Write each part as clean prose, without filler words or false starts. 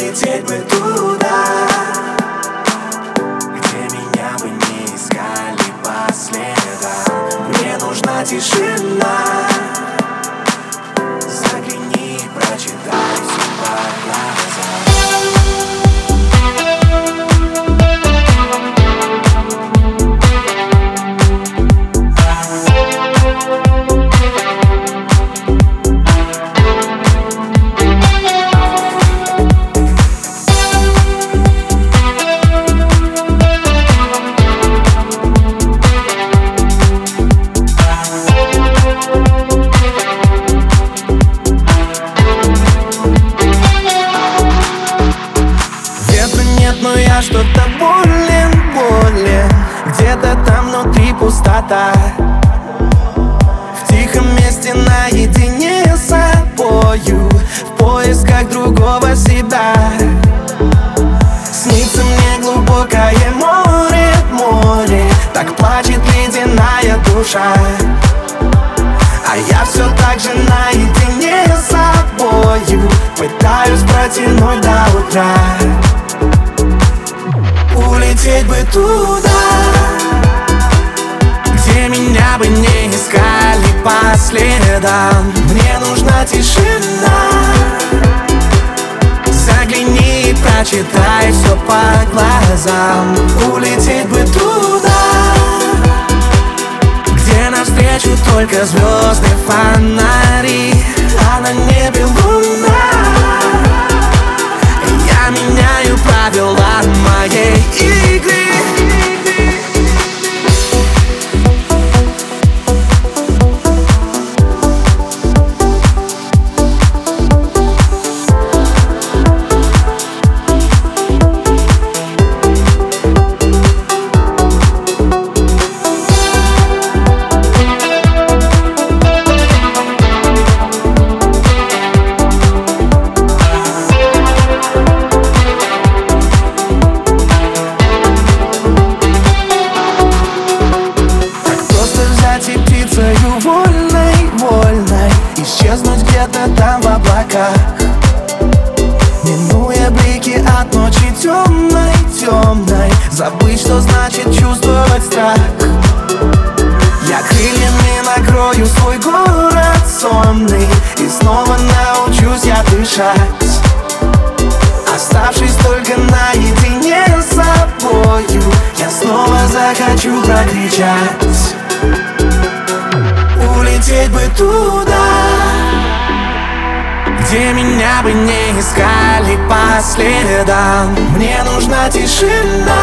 улететь бы туда, где меня бы не искали по следам. Мне нужна тишина, загляни, прочитай все по глазам. Но я что-то болен. Где-то там внутри пустота. В тихом месте наедине с собою, в поисках другого себя. Снится мне глубокое море, так плачет ледяная душа. А я все так же наедине с собою, пытаюсь протянуть до утра. Улететь бы туда, где меня бы не искали по следам. Мне нужна тишина, загляни и прочитай все по глазам. Улететь бы туда, где навстречу только звезды, фонари, а на небе луна. Я меняю правила моей игры. Вольной исчезнуть где-то там в облаках, минуя блики от ночи темной, забыть, что значит чувствовать страх. Я крыльями накрою свой город сонный, и снова научусь я дышать, оставшись только наедине с собою. Я снова захочу прокричать. Улететь бы туда, где меня бы не искали по следам. Мне нужна тишина,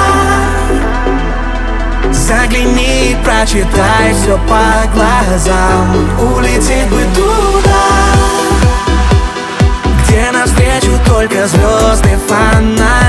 загляни и прочитай все по глазам. Улететь бы туда, где навстречу только звезды, фонари,